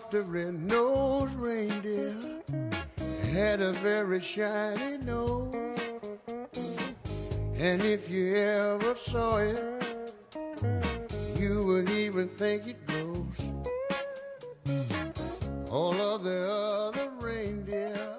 soft, the red-nosed reindeer had a very shiny nose. And if you ever saw it, you would even think it glows. All of the other reindeer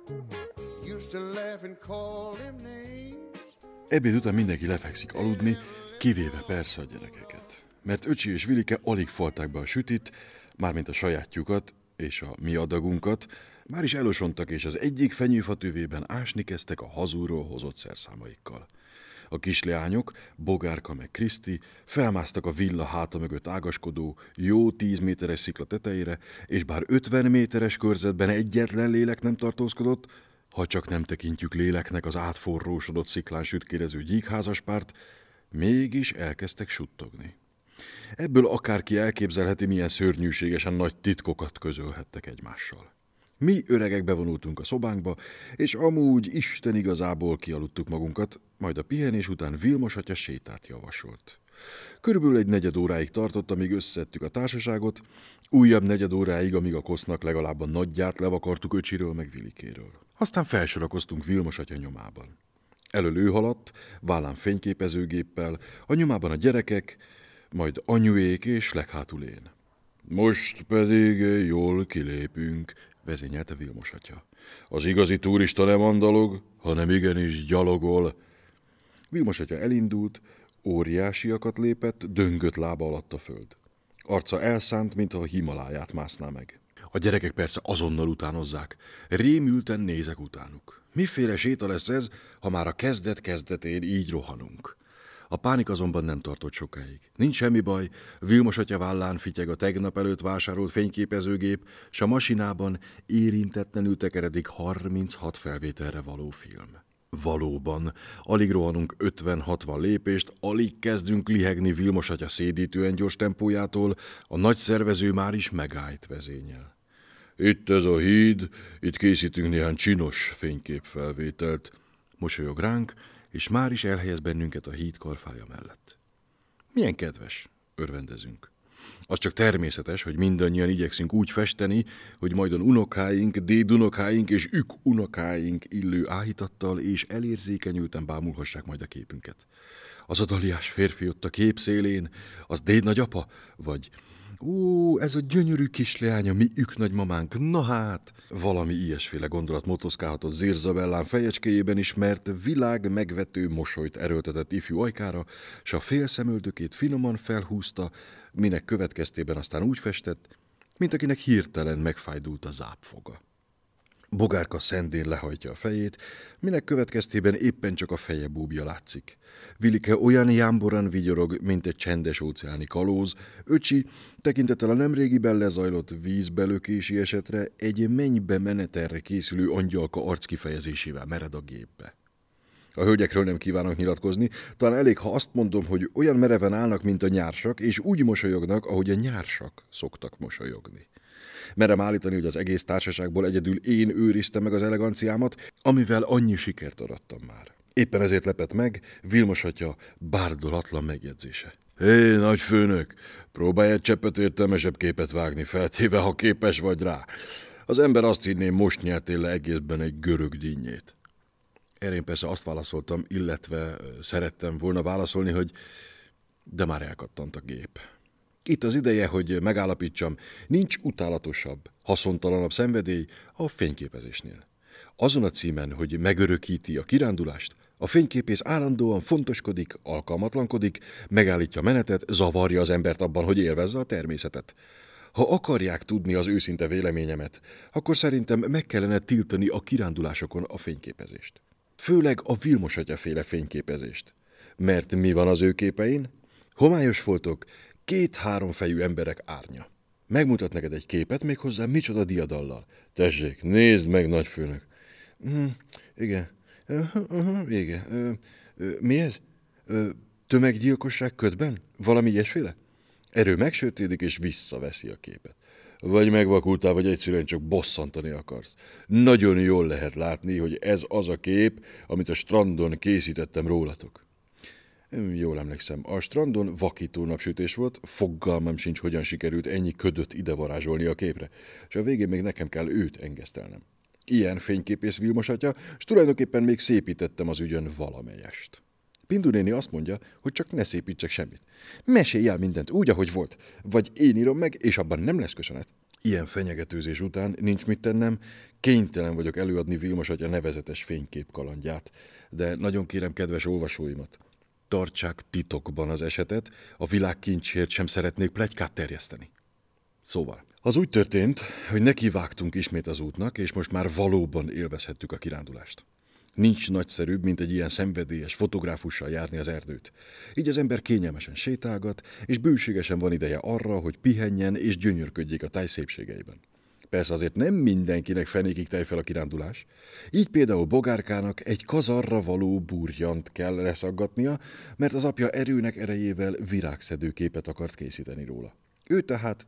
used to laugh and call him names. Ebéd után mindenki lefekszik aludni, kivéve persze a gyerekeket. Mert öcsi és Vilike alig falták be a sütit, mármint a sajátjukat és a mi adagunkat, már is elosontak, és az egyik fenyőfa tövében ásni kezdtek a hazúról hozott szerszámaikkal. A kisleányok, Bogárka meg Kriszti felmásztak a villa háta mögött ágaskodó, jó 10 méteres szikla tetejére, és bár 50 méteres körzetben egyetlen lélek nem tartózkodott, ha csak nem tekintjük léleknek az átforrósodott sziklán sütkérező gyíkházaspárt, mégis elkezdtek suttogni. Ebből akárki elképzelheti, milyen szörnyűségesen nagy titkokat közölhettek egymással. Mi öregek bevonultunk a szobánkba, és amúgy Isten igazából kialudtuk magunkat, majd a pihenés után Vilmos atya sétát javasolt. Körülbelül egy negyed óráig tartott, amíg összeszedtük a társaságot, újabb negyed óráig, amíg a kosznak legalább a nagyját levakartuk öcsiről meg Vilikéről. Aztán felsorakoztunk Vilmos atya nyomában. Elől ő haladt, vállán fényképezőgéppel, a nyomában a gyerekek, majd anyuék és leghátul én. Most pedig jól kilépünk, vezényelte Vilmos atya. Az igazi turista nem andalog, hanem igenis gyalogol. Vilmos atya elindult, óriásiakat lépett, döngött lába alatt a föld. Arca elszánt, mintha a Himaláját mászná meg. A gyerekek persze azonnal utánozzák. Rémülten nézek utánuk. Miféle séta lesz ez, ha már a kezdet-kezdetén így rohanunk? A pánik azonban nem tartott sokáig. Nincs semmi baj, Vilmos atya vállán fityeg a tegnap előtt vásárolt fényképezőgép, s a masinában érintetlenül tekeredik 36 felvételre való film. Valóban, alig rohanunk 50-60 lépést, alig kezdünk lihegni Vilmos atya szédítően gyors tempójától, a nagy szervező már is megállt vezényel. Itt ez a híd, itt készítünk néhány csinos fényképfelvételt. Mosolyog ránk, és már is elhelyez bennünket a híd karfája mellett. Milyen kedves, örvendezünk. Az csak természetes, hogy mindannyian igyekszünk úgy festeni, hogy majdon unokáink, dédunokáink és unokáink illő áhítattal és elérzékenyülten bámulhassák majd a képünket. Az a daliás férfi ott a kép szélén, az déd nagyapa? Vagy ez a gyönyörű kisleány, a mi nagymamánk, na hát! Valami ilyesféle gondolat motoszkálhatott Zirzabellán fejecskéjében is, mert világ megvető mosolyt erőltetett ifjú ajkára, s a fél szemöldökét finoman felhúzta, minek következtében aztán úgy festett, mint akinek hirtelen megfájdult a zápfoga. Bogárka szendén lehajtja a fejét, minek következtében éppen csak a feje búbja látszik. Vilike olyan jámboran vigyorog, mint egy csendes óceáni kalóz, öcsi tekintettel a nemrégiben lezajlott vízbelökési esetre egy mennybe menetelre készülő angyalka arckifejezésével mered a gépbe. A hölgyekről nem kívánok nyilatkozni, talán elég, ha azt mondom, hogy olyan mereven állnak, mint a nyársak, és úgy mosolyognak, ahogy a nyársak szoktak mosolyogni. Merem állítani, hogy az egész társaságból egyedül én őriztem meg az eleganciámat, amivel annyi sikert arattam már. Éppen ezért lepett meg Vilmos atya bárdolatlan megjegyzése. Hé, nagyfőnök, próbálj egy cseppet értelmesebb képet vágni, feltéve, ha képes vagy rá. Az ember azt hinné, most nyertél le egészben egy görög dinnyét. Erre én persze azt válaszoltam, illetve szerettem volna válaszolni, hogy de már elkattant a gép. Itt az ideje, hogy megállapítsam, nincs utálatosabb, haszontalanabb szenvedély a fényképezésnél. Azon a címen, hogy megörökíti a kirándulást, a fényképész állandóan fontoskodik, alkalmatlankodik, megállítja a menetet, zavarja az embert abban, hogy élvezze a természetet. Ha akarják tudni az őszinte véleményemet, akkor szerintem meg kellene tiltani a kirándulásokon a fényképezést. Főleg a Vilmos atyaféle fényképezést. Mert mi van az ő képein? Homályos foltok, 2-3 fejű emberek árnya. Megmutat neked egy képet, méghozzá micsoda diadallal. Tessék, nézd meg, nagyfőnök. Igen. Igen. Mi ez? Tömeggyilkosság ködben? Valami ilyesféle? Erő megsötédik és visszaveszi a képet. Vagy megvakultál, vagy egyszerűen csak bosszantani akarsz. Nagyon jól lehet látni, hogy ez az a kép, amit a strandon készítettem rólatok. Jól emlékszem, a strandon vakító napsütés volt, fogalmam sincs, hogyan sikerült ennyi ködöt ide varázsolni a képre, és a végén még nekem kell őt engesztelnem. Ilyen fényképész Vilmos atya, s tulajdonképpen még szépítettem az ügyön valamelyest. Pindu néni azt mondja, hogy csak ne szépítsek semmit. Mesélj el mindent úgy, ahogy volt, vagy én írom meg, és abban nem lesz köszönet. Ilyen fenyegetőzés után nincs mit tennem, kénytelen vagyok előadni Vilmos atya nevezetes fénykép kalandját, de nagyon kérem kedves olvasóimat, tartsák titokban az esetet, a világ kincsért sem szeretnék pletykát terjeszteni. Szóval, az úgy történt, hogy nekivágtunk ismét az útnak, és most már valóban élvezhettük a kirándulást. Nincs nagyszerűbb, mint egy ilyen szenvedélyes fotográfussal járni az erdőt. Így az ember kényelmesen sétálgat, és bőségesen van ideje arra, hogy pihenjen és gyönyörködjék a táj szépségeiben. Persze azért nem mindenkinek fenékig tej fel a kirándulás. Így például Bogárkának egy kazarra való burjant kell leszaggatnia, mert az apja erőnek erejével virágszedő képet akart készíteni róla. Ő tehát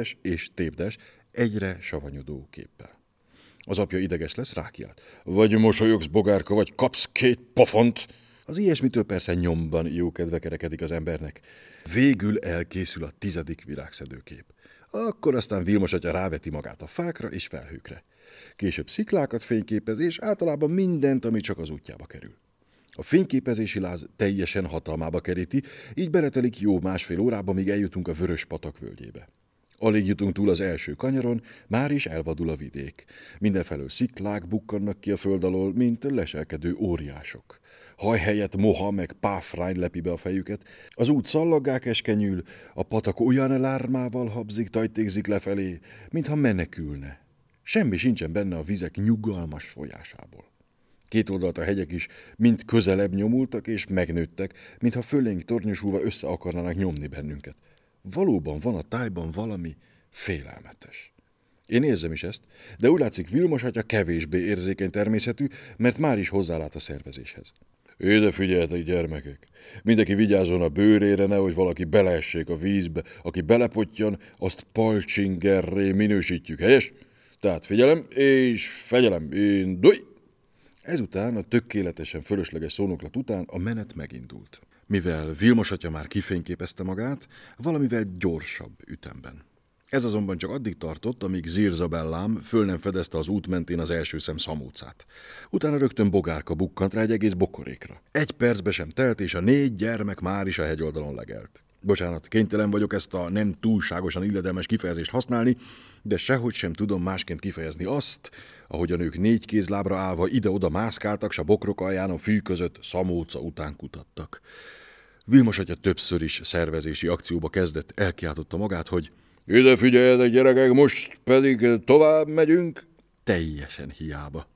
tépdes, egyre savanyodó képpel. Az apja ideges lesz, rákiált. Vagy mosolyogsz, Bogárka, vagy kapsz 2 pofont. Az ilyesmitől persze nyomban jókedve kerekedik az embernek. Végül elkészül a 10. virágszedőkép. Akkor aztán Vilmos atya ráveti magát a fákra és felhőkre. Később sziklákat fényképez, és általában mindent, ami csak az útjába kerül. A fényképezési láz teljesen hatalmába keríti, így beletelik jó 1,5 órába, míg eljutunk a Vörös-patak völgyébe. Alig jutunk túl az első kanyaron, már is elvadul a vidék. Mindenfelől sziklák bukkannak ki a föld alól, mint leselkedő óriások. Haj helyett moha meg páfrány lepi be a fejüket, az út szallaggá eskenyül, a patak olyan lármával habzik, tajtékzik lefelé, mintha menekülne. Semmi sincsen benne a vizek nyugalmas folyásából. Két oldalt a hegyek is mind közelebb nyomultak és megnőttek, mintha fölénk tornyosulva össze akarnának nyomni bennünket. Valóban van a tájban valami félelmetes. Én érzem is ezt, de úgy látszik Vilmos atya kevésbé érzékeny természetű, mert már is hozzálát a szervezéshez. Ide figyeljetek, gyermekek! Mindenki vigyázzon a bőrére, nehogy valaki beleessék a vízbe. Aki belepottyan, azt palcsingerré minősítjük, helyes? Tehát figyelem és fegyelem, indulj! Ezután, a tökéletesen fölösleges szónoklat után a menet megindult. Mivel Vilmos atya már kifényképezte magát, valamivel gyorsabb ütemben. Ez azonban csak addig tartott, amíg Zirzabellám föl nem fedezte az út mentén az első szem szamócát. Utána rögtön Bogárka bukkant rá egy egész bokorékra. 1 percbe sem telt, és a 4 gyermek már is a hegyoldalon legelt. Bocsánat, kénytelen vagyok ezt a nem túlságosan illedelmes kifejezést használni, de sehogy sem tudom másként kifejezni azt, ahogyan ők 4 kézlábra állva ide-oda mászkáltak, s a bokrok alján a fű között szamóca után kutattak. Vilmos atya többször is szervezési akcióba kezdett, elkiáltotta magát, hogy ide figyeljetek, gyerekek, most pedig tovább megyünk. Teljesen hiába.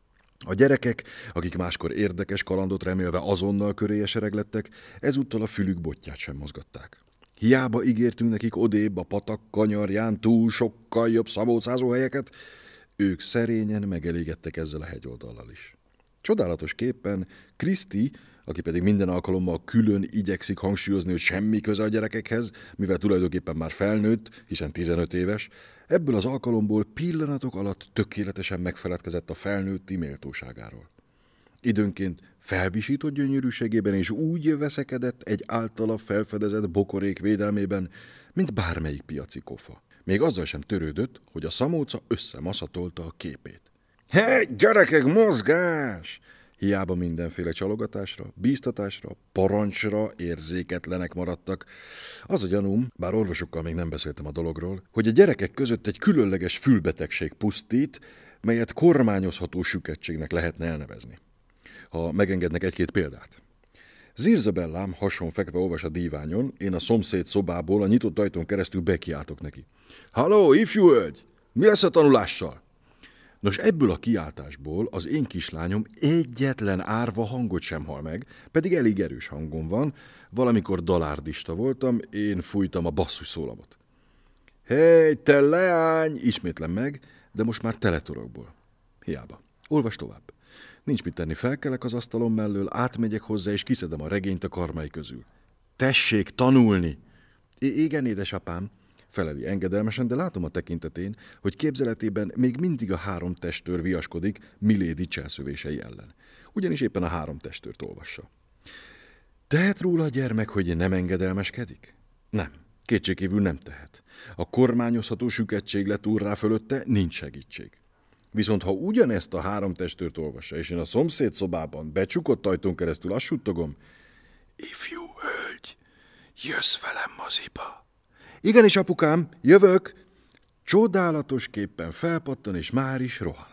A gyerekek, akik máskor érdekes kalandot remélve azonnal köréje sereglettek, ezúttal a fülük botját sem mozgatták. Hiába ígértünk nekik odébb a patak kanyarján túl sokkal jobb szamócázó helyeket, ők szerényen megelégedtek ezzel a hegyoldallal is. Csodálatos képpen Kriszti, aki pedig minden alkalommal külön igyekszik hangsúlyozni, hogy semmi köze a gyerekekhez, mivel tulajdonképpen már felnőtt, hiszen 15 éves, ebből az alkalomból pillanatok alatt tökéletesen megfeledkezett a felnőtti méltóságáról. Időnként felvisított gyönyörűségében és úgy veszekedett egy általa felfedezett bokorék védelmében, mint bármelyik piaci kofa. Még azzal sem törődött, hogy a szamóca összemaszatolta a képét. Hé, gyerekek, mozgás! Hiába mindenféle csalogatásra, bíztatásra, parancsra érzéketlenek maradtak. Az a gyanúm, bár orvosokkal még nem beszéltem a dologról, hogy a gyerekek között egy különleges fülbetegség pusztít, melyet kormányozható süketségnek lehetne elnevezni. Ha megengednek 1-2 példát. Zirzabellám hasonfekve olvas a díványon, én a szomszéd szobából a nyitott ajtón keresztül bekiáltok neki. Halló, ifjú hölgy! Mi lesz a tanulással? Nos, ebből a kiáltásból az én kislányom egyetlen árva hangot sem hall meg, pedig elég erős hangom van, valamikor dalárdista voltam, én fújtam a basszus szólamot. Hé, te leány! Ismétlem meg, de most már teletorokból. Hiába. Olvas tovább. Nincs mit tenni, felkelek az asztalom mellől, átmegyek hozzá, és kiszedem a regényt a karmai közül. Tessék tanulni! Igen, édesapám, feleli engedelmesen, de látom a tekintetén, hogy képzeletében még mindig a 3 testőr viaskodik Milady cselszövései ellen. Ugyanis éppen a 3 testőrt olvassa. Tehet róla a gyermek, hogy nem engedelmeskedik? Nem, kétségkívül nem tehet. A kormányozható süketség letúl rá fölötte, nincs segítség. Viszont ha ugyanezt a 3 testőrt olvassa, és én a szomszéd szobában becsukott ajtón keresztül azt suttogom, ifjú hölgy, jössz velem moziba. Igenis, apukám, jövök. Csodálatosképpen felpattan, és már is rohan.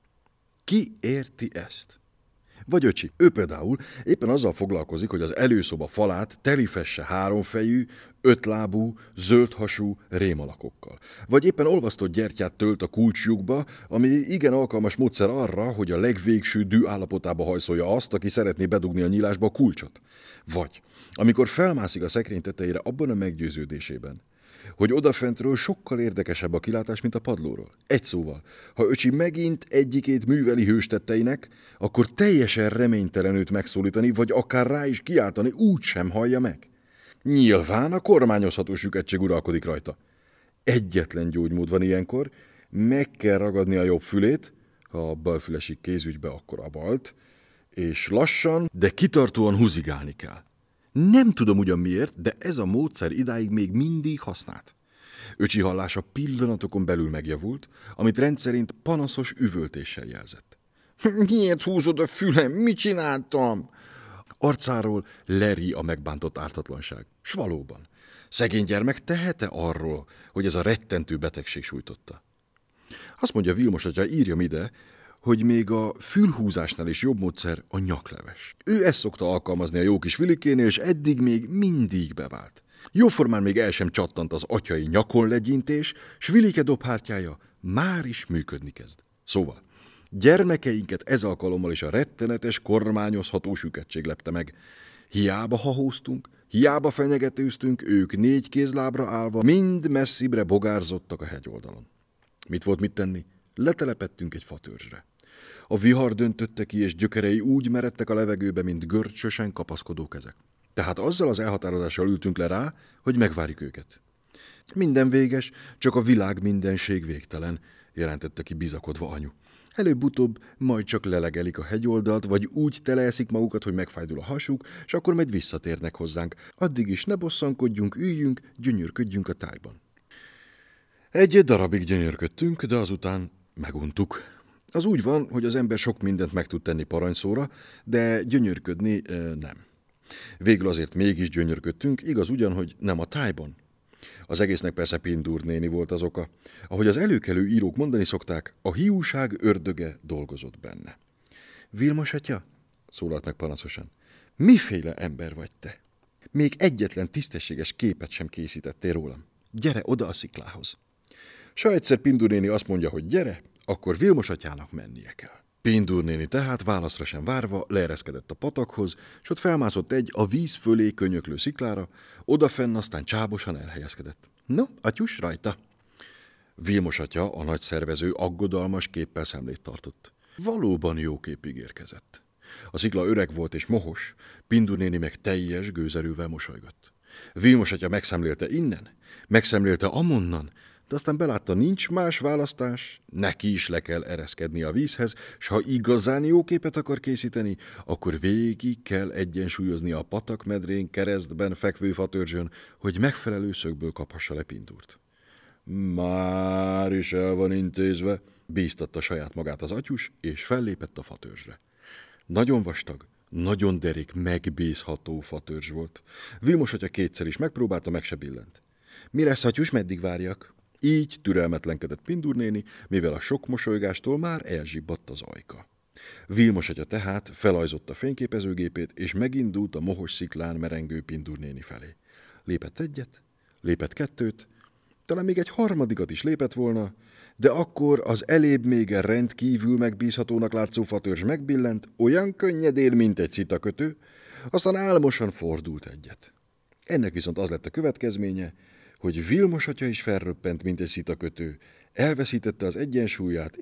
Ki érti ezt? Vagy öcsi, ő például éppen azzal foglalkozik, hogy az előszoba falát telifesse 3 fejű, 5 lábú, zöldhasú rémalakokkal. Vagy éppen olvasztott gyertyát tölt a kulcslyukba, ami igen alkalmas módszer arra, hogy a legvégső dű állapotába hajszolja azt, aki szeretné bedugni a nyílásba a kulcsot. Vagy amikor felmászik a szekrény tetejére abban a meggyőződésében, hogy odafentről sokkal érdekesebb a kilátás, mint a padlóról. Egy szóval, ha öcsi megint egyikét műveli hőstetteinek, akkor teljesen reménytelen őt megszólítani, vagy akár rá is kiáltani, úgy sem hallja meg. Nyilván a kormányozható süketség uralkodik rajta. Egyetlen gyógymód van ilyenkor, meg kell ragadni a jobb fülét, ha a bal fül esik kézügybe, akkor a balt, és lassan, de kitartóan húzigálni kell. Nem tudom ugyan miért, de ez a módszer idáig még mindig használt. Öcsi hallása pillanatokon belül megjavult, amit rendszerint panaszos üvöltéssel jelzett. Miért húzod a fülem? Mit csináltam? Arcáról leri a megbántott ártatlanság. S valóban, szegény gyermek tehet-e arról, hogy ez a rettentő betegség sújtotta? Azt mondja Vilmos atya, írjam ide, hogy még a fülhúzásnál is jobb módszer a nyakleves. Ő ezt szokta alkalmazni a jó kis Vilikénél, és eddig még mindig bevált. Jóformán még el sem csattant az atyai nyakonlegyintés, s Vilike dobhártyája már is működni kezd. Szóval, gyermekeinket ez alkalommal is a rettenetes kormányozható süketség lepte meg. Hiába hahóztunk, hiába fenyegetőztünk, ők 4 kézlábra állva mind messzibre bogárzottak a hegyoldalon. Mit volt mit tenni? Letelepettünk egy fatörzsre. A vihar döntötte ki, és gyökerei úgy meredtek a levegőbe, mint görcsösen kapaszkodó kezek. Tehát azzal az elhatározással ültünk le rá, hogy megvárjuk őket. Minden véges, csak a világ mindenség végtelen, jelentette ki bizakodva anyu. Előbb-utóbb majd csak lelegelik a hegyoldalt, vagy úgy teleeszik magukat, hogy megfájdul a hasuk, és akkor majd visszatérnek hozzánk. Addig is ne bosszankodjunk, üljünk, gyönyörködjünk a tájban. Egy darabig gyönyörködtünk, de azután meguntuk. Az úgy van, hogy az ember sok mindent meg tud tenni parancsszóra, de gyönyörködni nem. Végül azért mégis gyönyörködtünk, igaz ugyan, hogy nem a tájban. Az egésznek persze Pindur néni volt az oka. Ahogy az előkelő írók mondani szokták, a hiúság ördöge dolgozott benne. Vilmos atya, szólalt meg panacosan, miféle ember vagy te? Még egyetlen tisztességes képet sem készítettél rólam. Gyere oda a sziklához. S ha egyszer Pindur néni azt mondja, hogy gyere, akkor Vilmos atyának mennie kell. Pindur néni tehát válaszra sem várva leereszkedett a patakhoz, s ott felmászott egy a víz fölé könyöklő sziklára, odafenn aztán csábosan elhelyezkedett. No, atyus, rajta! Vilmos atya, a nagy szervező, aggodalmas képpel szemlét tartott. Valóban jó kép ígérkezett. A szikla öreg volt és mohos, Pindur néni meg teljes gőzerővel mosolygott. Vilmos atya megszemlélte innen, megszemlélte amonnan, de aztán belátta, nincs más választás, neki is le kell ereszkedni a vízhez, s ha igazán jó képet akar készíteni, akkor végig kell egyensúlyozni a patakmedrén keresztben fekvő fatörzsön, hogy megfelelő szögből kaphassa le Pindurt. Már is el van intézve, bíztatta saját magát az atyus, és fellépett a fatörzsre. Nagyon vastag, nagyon derék, megbízható fatörzs volt. Vilmos atya kétszer is megpróbálta, meg se billent. Mi lesz, atyus, meddig várjak? Így türelmetlenkedett Pindur néni, mivel a sok mosolygástól már elzsibbadt az ajka. Vilmos atya tehát felajzotta fényképezőgépét, és megindult a mohos sziklán merengő Pindur néni felé. Lépett egyet, lépett 2, talán még egy 3. is lépett volna, de akkor az elébb még rendkívül megbízhatónak látszó fatörzs megbillent, olyan könnyedén, mint egy szitakötő, aztán álmosan fordult egyet. Ennek viszont az lett a következménye, hogy Vilmos atya is felröppent, mint egy szitakötő, elveszítette az egyensúlyát,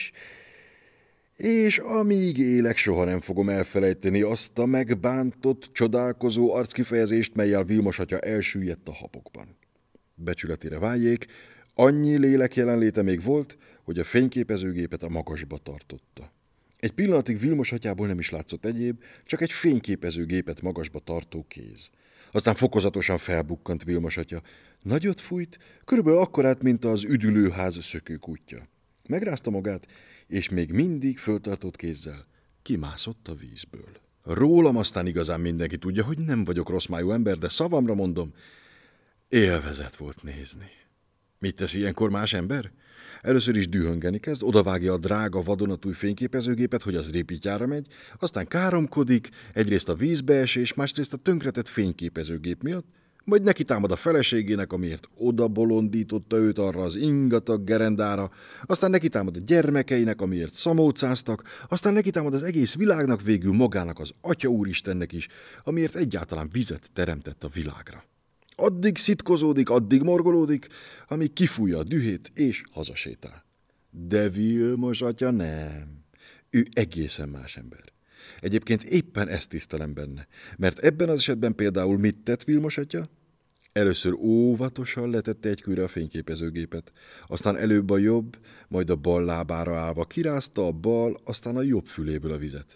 és amíg élek, soha nem fogom elfelejteni azt a megbántott, csodálkozó arckifejezést, mellyel Vilmos atya elsüllyedt a habokban. Becsületére váljék, annyi lélek jelenléte még volt, hogy a fényképezőgépet a magasba tartotta. Egy pillanatig Vilmos atyából nem is látszott egyéb, csak egy fényképezőgépet magasba tartó kéz. Aztán fokozatosan felbukkant Vilmos atya. Nagyot fújt, körülbelül akkorát, mint az üdülőház szökőkútja. Megrázta magát, és még mindig föltartott kézzel kimászott a vízből. Rólam aztán igazán mindenki tudja, hogy nem vagyok rosszmájú ember, de szavamra mondom, élvezet volt nézni. Mit tesz ilyenkor más ember? Először is dühöngeni kezd, odavágja a drága vadonatúj fényképezőgépet, hogy az répítjára megy, aztán káromkodik, egyrészt a vízbeesés, másrészt a tönkretett fényképezőgép miatt, majd neki támad a feleségének, amiért odabolondította őt arra az ingatag gerendára, aztán neki támad a gyermekeinek, amiért szamócáztak, aztán neki támad az egész világnak, végül magának az Atya Úristennek is, amiért egyáltalán vizet teremtett a világra. Addig szitkozódik, addig morgolódik, amíg kifújja a dühét és hazasétál. De Vilmos atya nem. Ő egészen más ember. Egyébként éppen ezt tisztelem benne, mert ebben az esetben például mit tett Vilmos atya? Először óvatosan letette egy kőre a fényképezőgépet, aztán előbb a jobb, majd a bal lábára állva kirázta a bal, aztán a jobb füléből a vizet.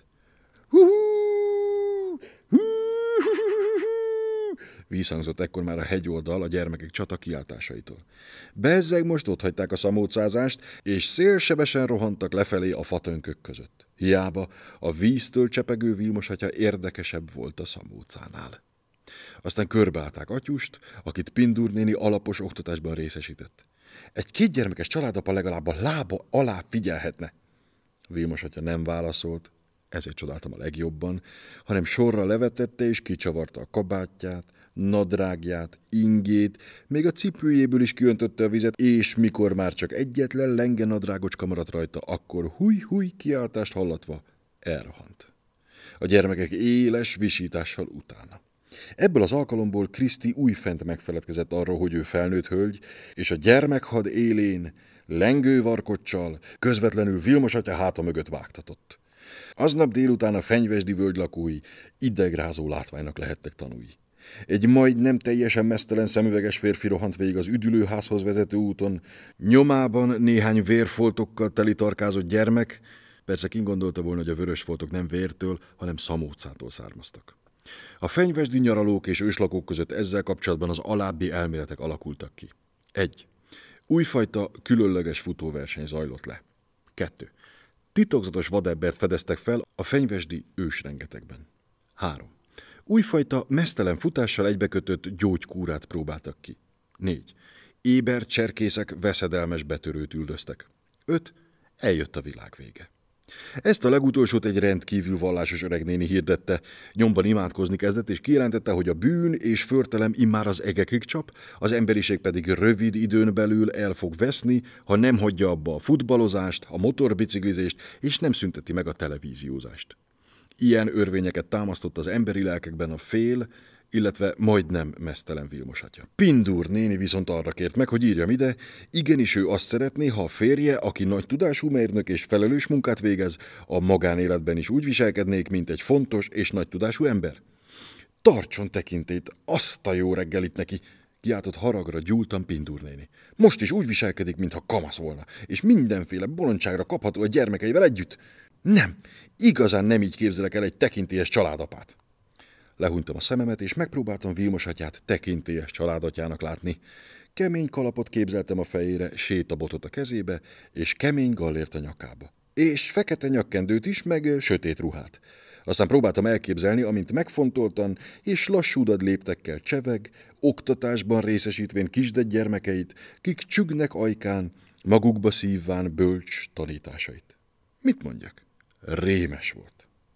Vízhangzott ekkor már a hegyoldal a gyermekek csata kiáltásaitól. Bezzeg most otthagyták a szamócázást, és szélsebesen rohantak lefelé a fatönkök között. Hiába a víztől csepegő Vilmos atya érdekesebb volt a szamócánál. Aztán körbeállták atyust, akit Pindur néni alapos oktatásban részesített. Egy kétgyermekes családapa legalább a lába alá figyelhetne. Vilmos atya nem válaszolt, ezért csodáltam a legjobban, hanem sorra levetette és kicsavarta a kabátját, nadrágját, ingét, még a cipőjéből is kiöntötte a vizet, és mikor már csak egyetlen lenge nadrágocska maradt rajta, akkor húj-húj kiáltást hallatva elrohant. A gyermekek éles visítással utána. Ebből az alkalomból Kriszti újfent megfeledkezett arról, hogy ő felnőtt hölgy, és a gyermekhad élén, lengő varkocsal, közvetlenül Vilmos atya háta mögött vágtatott. Aznap délután a Fenyvesdi völgy lakói idegrázó látványnak lehettek tanúi. Egy majdnem teljesen meztelen szemüveges férfi rohant végig az üdülőházhoz vezető úton, nyomában néhány vérfoltokkal teli tarkázott gyermek, persze kin gondolta volna, hogy a vörös foltok nem vértől, hanem szamócától származtak. A fenyvesdi nyaralók és őslakók között ezzel kapcsolatban az alábbi elméletek alakultak ki. 1. Újfajta, különleges futóverseny zajlott le. 2. Titokzatos vadembert fedeztek fel a fenyvesdi ősrengetegben. 3. Újfajta, meztelen futással egybekötött gyógykúrát próbáltak ki. 4. Éber cserkészek veszedelmes betörőt üldöztek. 5. Eljött a világ vége. Ezt a legutolsót egy rendkívül vallásos öregnéni hirdette, nyomban imádkozni kezdett, és kijelentette, hogy a bűn és förtelem immár az egekig csap, az emberiség pedig rövid időn belül el fog veszni, ha nem hagyja abba a futballozást, a motorbiciklizést, és nem szünteti meg a televíziózást. Ilyen örvényeket támasztott az emberi lelkekben a fél, illetve majdnem meztelen Vilmos atya. Pindur néni viszont arra kért meg, hogy írjam ide, igenis ő azt szeretné, ha a férje, aki nagy tudású mérnök és felelős munkát végez, a magánéletben is úgy viselkednék, mint egy fontos és nagy tudású ember. Tartson tekintélyt, azt a jó reggelit neki, kiáltott haragra gyúltan Pindur néni. Most is úgy viselkedik, mintha kamasz volna, és mindenféle bolondságra kapható a gyermekeivel együtt. Nem, igazán nem így képzelek el egy tekintélyes családapát. Lehúnytam a szememet, és megpróbáltam Vilmos atyát tekintélyes családatyának látni. Kemény kalapot képzeltem a fejére, sétabotot a kezébe, és kemény gallért a nyakába. És fekete nyakkendőt is, meg sötét ruhát. Aztán próbáltam elképzelni, amint megfontoltan és lassúdad léptekkel cseveg, oktatásban részesítvén kisdett gyermekeit, kik csüggnek ajkán, magukba szívván bölcs tanításait. Mit mondjak? Rémes volt.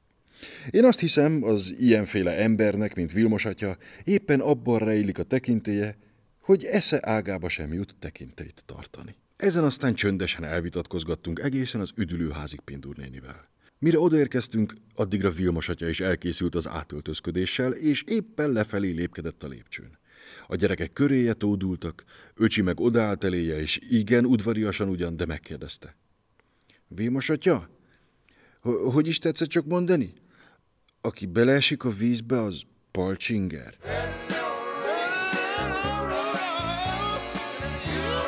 Én azt hiszem, az ilyenféle embernek, mint Vilmos atya, éppen abban rejlik a tekintélye, hogy esze ágába sem jut tekintélyt tartani. Ezen aztán csöndesen elvitatkozgattunk egészen az üdülőházig Pindur nénivel. Mire odaérkeztünk, addigra Vilmos atya is elkészült az átöltözködéssel, és éppen lefelé lépkedett a lépcsőn. A gyerekek köréje tódultak, öcsi meg odaállt eléje, és igen udvariasan ugyan, de megkérdezte. Vilmos atya, hogy is tetszett csak mondani? Aki beleesik a vízbe, az palcsinger.